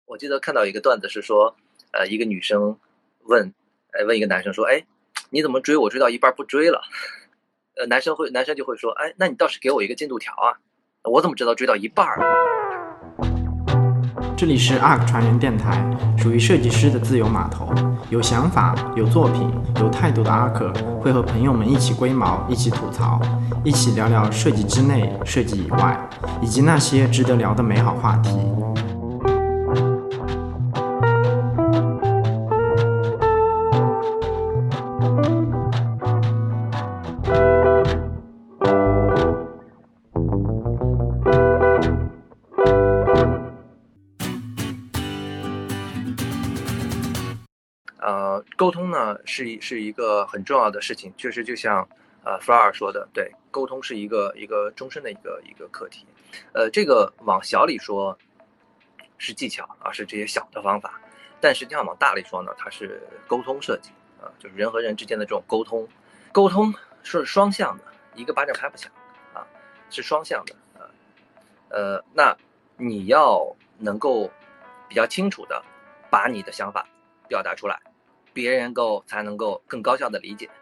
我记得看到一个段子是说，一个女生问一个男生说，哎，你怎么追我追到一半不追了？男生就会说，哎，那你倒是给我一个进度条啊，我怎么知道追到一半了？ 这里是 ARK 传人电台，属于设计师的自由码头。有想法、有作品、有态度的 ARK 会和朋友们一起龟毛，一起吐槽，一起聊聊设计之内、设计以外，以及那些值得聊的美好话题。 沟通呢是一个很重要的事情，确实就像弗拉尔说的，对，沟通是一个终身的一个课题。这个往小里说是技巧啊，是这些小的方法，但实际上往大里说呢，它是沟通设计啊，就是人和人之间的这种沟通，沟通是双向的，一个巴掌拍不响啊，是双向的啊。那你要能够比较清楚的把你的想法表达出来，别人才能够更高效的理解。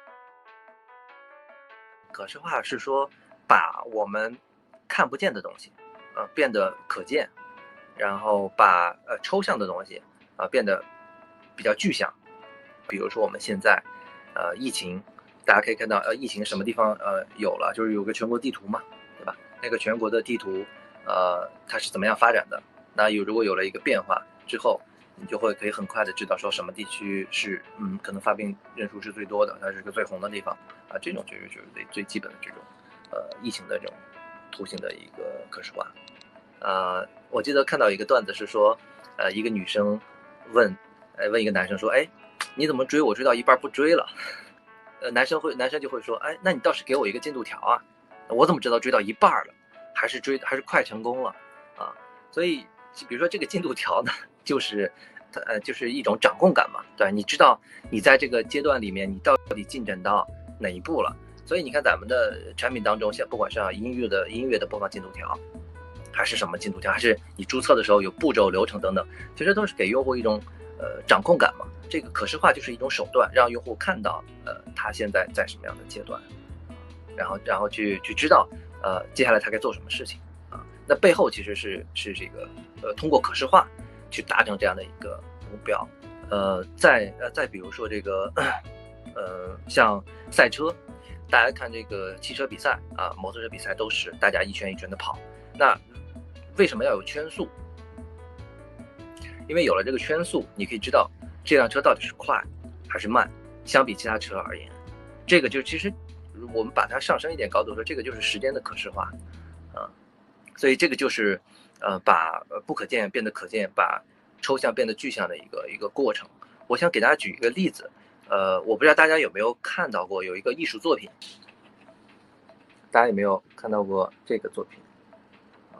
可视化是说把我们看不见的东西变得可见，然后把抽象的东西变得比较具象。比如说我们现在疫情，大家可以看到疫情什么地方有了，就是有个全国地图嘛，对吧？那个全国的地图它是怎么样发展的，那如果有了一个变化之后，你就可以很快的知道说什么地区是可能发病人数是最多的，它是个最红的地方啊，这种就是最基本的这种疫情的这种图形的一个可视化。我记得看到一个段子是说，一个女生问一个男生说，哎，你怎么追我追到一半不追了？男生就会说，哎，那你倒是给我一个进度条啊，我怎么知道追到一半了，还是快成功了啊？所以比如说这个进度条呢，就是就是一种掌控感嘛，对吧？你知道你在这个阶段里面你到底进展到哪一步了？所以你看咱们的产品当中，像不管是音乐的播放进度条，还是什么进度条，还是你注册的时候有步骤流程等等，其实都是给用户一种掌控感嘛。这个可视化就是一种手段，让用户看到他现在在什么样的阶段，然后去知道接下来他该做什么事情啊。那背后其实是这个通过可视化去达成这样的一个目标。再比如说这个像赛车，大家看这个汽车比赛啊，摩托车比赛都是大家一圈一圈的跑，那为什么要有圈速？因为有了这个圈速，你可以知道这辆车到底是快还是慢，相比其他车而言，这个就其实我们把它上升一点高度说，这个就是时间的可视化啊。所以这个就是把不可见变得可见，把抽象变得具象的一个过程。我想给大家举一个例子，我不知道大家有没有看到过有一个艺术作品，大家有没有看到过这个作品啊？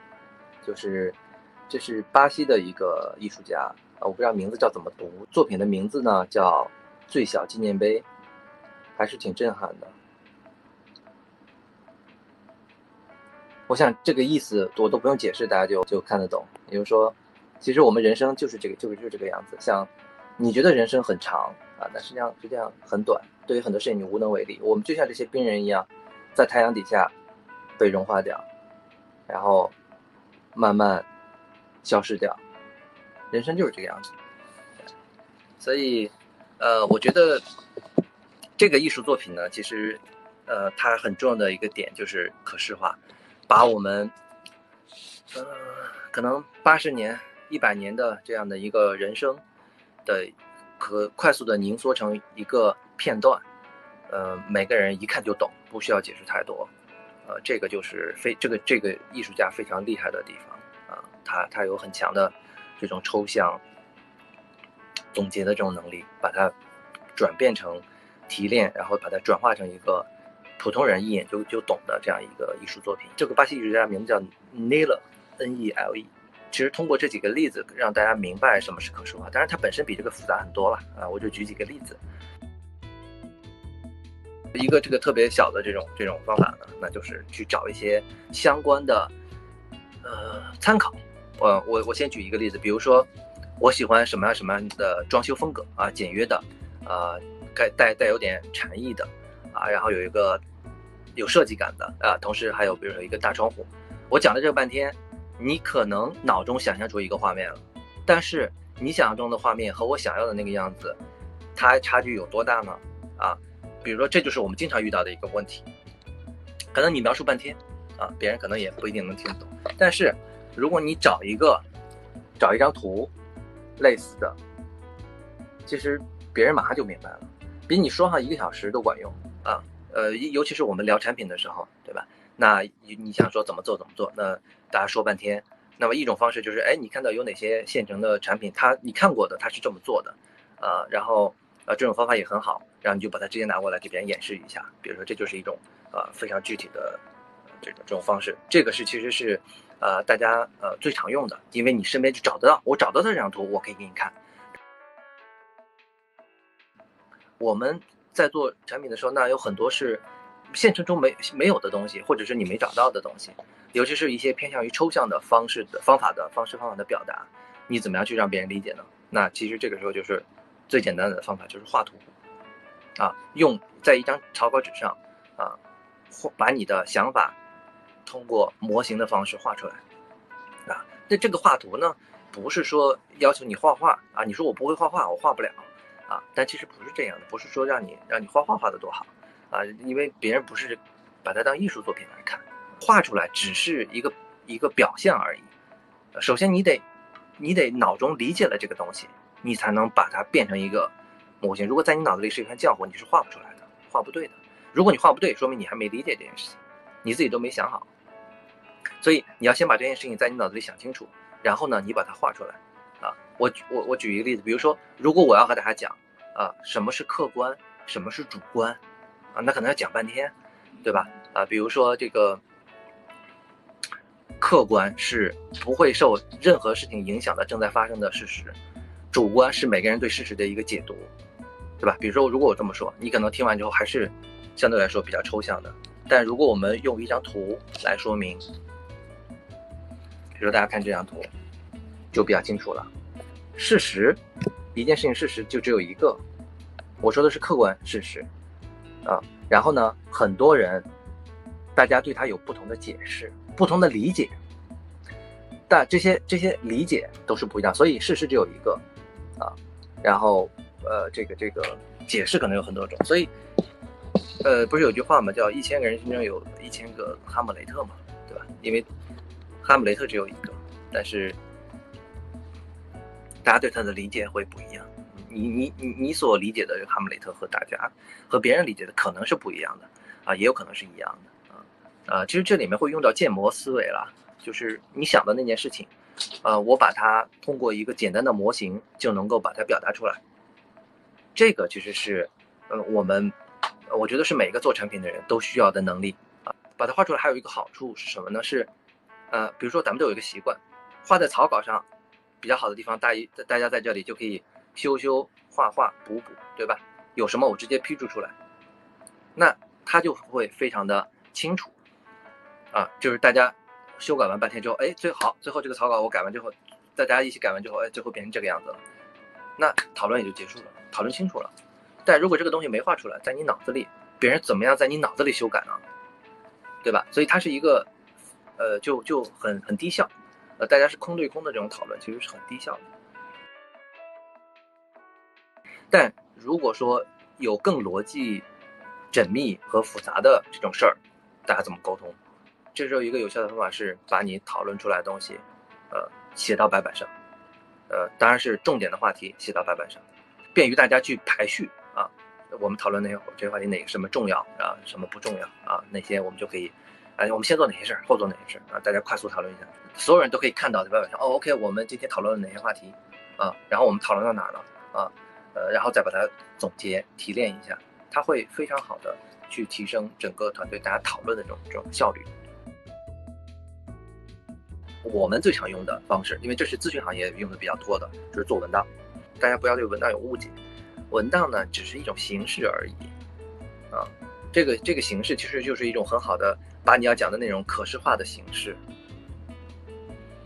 这是巴西的一个艺术家我不知道名字叫怎么读，作品的名字呢叫最小纪念碑，还是挺震撼的。我想这个意思我都不用解释，大家就看得懂。也就是说，其实我们人生就是这个样子。像你觉得人生很长啊，但实际上很短。对于很多事情你无能为力。我们就像这些冰人一样，在太阳底下被融化掉，然后慢慢消失掉。人生就是这个样子。所以，我觉得这个艺术作品呢，其实它很重要的一个点就是可视化。把我们可能80年、100年的这样的一个人生的可快速的凝缩成一个片段，每个人一看就懂，不需要解释太多。这个就是这个艺术家非常厉害的地方啊，他有很强的这种抽象总结的这种能力，把它转变成提炼，然后把它转化成一个普通人一眼就懂的这样一个艺术作品。这个巴西艺术家名字叫 Nele N-E-L-E。其实通过这几个例子让大家明白什么是可视化，当然它本身比这个复杂很多了啊，我就举几个例子。一个这个特别小的这种方法呢，那就是去找一些相关的参考我先举一个例子，比如说我喜欢什么样什么样的装修风格啊，简约的，带有点禅意的啊，然后有一个有设计感的啊，同时还有比如说一个大窗户。我讲了这个半天，你可能脑中想象出一个画面了，但是你想象中的画面和我想要的那个样子，它差距有多大呢？啊，比如说这就是我们经常遇到的一个问题，可能你描述半天啊，别人可能也不一定能听得懂，但是如果你找一张图类似的，其实别人马上就明白了，比你说上1个小时都管用啊。尤其是我们聊产品的时候，对吧？那你想说怎么做，那大家说半天。那么一种方式就是，你看到有哪些现成的产品，你看过的，它是这么做的，然后这种方法也很好，然后你就把它直接拿过来给别人演示一下。比如说，这就是一种非常具体的这种方式。这个其实是大家最常用的，因为你身边就找得到，我找到这张图，我可以给你看。我们在做产品的时候，那有很多是现实中没有的东西，或者是你没找到的东西，尤其是一些偏向于抽象的方法的表达，你怎么样去让别人理解呢？那其实这个时候就是最简单的方法，就是画图啊，用在一张草稿纸上啊，把你的想法通过模型的方式画出来啊。那这个画图呢，不是说要求你画画啊，你说我不会画画，我画不了啊，但其实不是这样的，不是说让你画得多好啊，因为别人不是把它当艺术作品来看，画出来只是一个表现而已。首先你得脑中理解了这个东西，你才能把它变成一个模型。如果在你脑子里是一团浆糊，你是画不出来的，画不对的。如果你画不对，说明你还没理解这件事情，你自己都没想好。所以你要先把这件事情在你脑子里想清楚，然后呢，你把它画出来。我举一个例子，比如说，如果我要和大家讲什么是客观，什么是主观啊，那可能要讲半天，对吧？比如说这个客观是不会受任何事情影响的正在发生的事实，主观是每个人对事实的一个解读，对吧？比如说，如果我这么说，你可能听完之后还是相对来说比较抽象的，但如果我们用一张图来说明，比如说大家看这张图，就比较清楚了。事实，一件事情事实就只有一个，我说的是客观事实啊。然后呢，很多人大家对它有不同的解释，不同的理解，但这些理解都是不一样，所以事实只有一个啊。然后这个解释可能有很多种，所以不是有句话嘛，叫1000个人心中有1000个哈姆雷特嘛，对吧？因为哈姆雷特只有一个，但是大家对他的理解会不一样，你所理解的哈姆雷特和大家和别人理解的可能是不一样的啊，也有可能是一样的其实这里面会用到建模思维啦，就是你想的那件事情，我把它通过一个简单的模型就能够把它表达出来。这个其实是我觉得是每一个做产品的人都需要的能力啊。把它画出来还有一个好处是什么呢？是比如说咱们都有一个习惯，画在草稿上比较好的地方，大家在这里就可以修画补，对吧？有什么我直接批注出来，那它就会非常的清楚啊。就是大家修改完半天之后，最后这个草稿我改完之后，大家一起改完之后，最后变成这个样子了，那讨论也就结束了，讨论清楚了。但如果这个东西没画出来，在你脑子里，别人怎么样在你脑子里修改呢？对吧？所以它是一个就很低效，大家是空对空的这种讨论，其实是很低效的。但如果说有更逻辑、缜密和复杂的这种事儿，大家怎么沟通？这时候一个有效的方法是把你讨论出来的东西，写到白板上，当然是重点的话题写到白板上，便于大家去排序啊。我们讨论这些话题哪个什么重要啊，什么不重要啊？那些我们就可以，我们先做哪些事儿，后做哪些事儿啊？大家快速讨论一下，所有人都可以看到在白板上。OK， 我们今天讨论了哪些话题啊？然后我们讨论到哪儿了啊？然后再把它总结提炼一下，它会非常好的去提升整个团队大家讨论的这种效率。我们最常用的方式，因为这是咨询行业用的比较多的，就是做文档。大家不要对文档有误解，文档呢只是一种形式而已啊。这个形式其实就是一种很好的把你要讲的内容可视化的形式。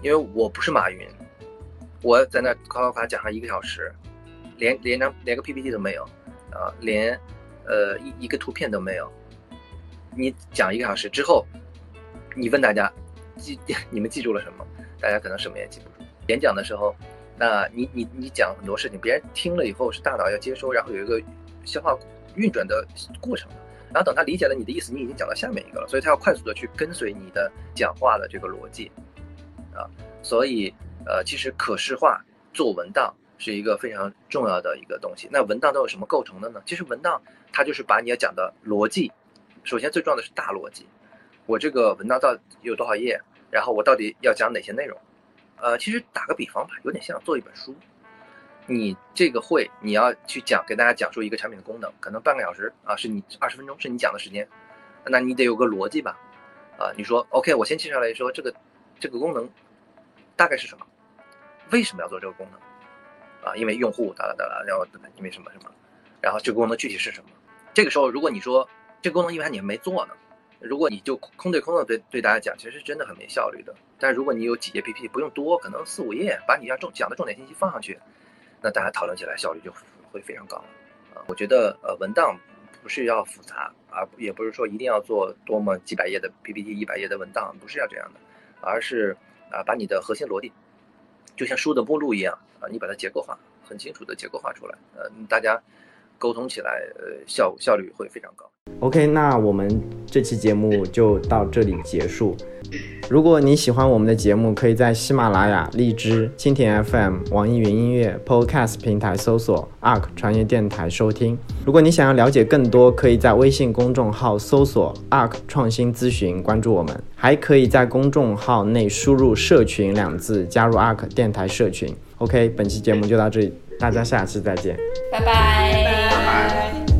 因为我不是马云，我在那夸夸夸讲上1个小时，连个 PPT 都没有，连一个图片都没有。你讲1个小时之后，你问大家你们记住了什么？大家可能什么也记不住。演讲的时候，那你讲很多事情，别人听了以后是大脑要接收，然后有一个消化运转的过程，然后等他理解了你的意思，你已经讲到下面一个了，所以他要快速的去跟随你的讲话的这个逻辑所以其实可视化做文档是一个非常重要的一个东西。那文档都有什么构成的呢？其实文档它就是把你要讲的逻辑，首先最重要的是大逻辑，我这个文档到底有多少页，然后我到底要讲哪些内容。其实打个比方吧，有点像做一本书。你这个会你要去给大家讲述一个产品的功能，可能半个小时是你20分钟是你讲的时间，那你得有个逻辑吧。你说 OK， 我先介绍来说这个功能大概是什么，为什么要做这个功能因为用户然后因为什么什么，然后这个功能具体是什么。这个时候如果你说这个功能因为你还没做呢，如果你就空对空的对大家讲，其实真的很没效率的。但是如果你有几页 PPT， 不用多，可能4、5页，把你要讲的重点信息放上去，那大家讨论起来效率就会非常高了。我觉得文档不是要复杂，也不是说一定要做多么几百页的 PPT、100页的文档，不是要这样的，而是把你的核心逻辑，就像书的目录一样你把它结构化，很清楚的结构化出来，大家沟通起来效率会非常高。 OK， 那我们这期节目就到这里结束。如果你喜欢我们的节目，可以在喜马拉雅、荔枝、蜻蜓 FM、网易云音乐、Podcast 平台搜索 ARK 传业电台收听。如果你想要了解更多，可以在微信公众号搜索 ARK 创新咨询，关注我们。还可以在公众号内输入社群2字，加入 ARK 电台社群。OK， 本期节目就到这里，大家下期再见， 拜拜。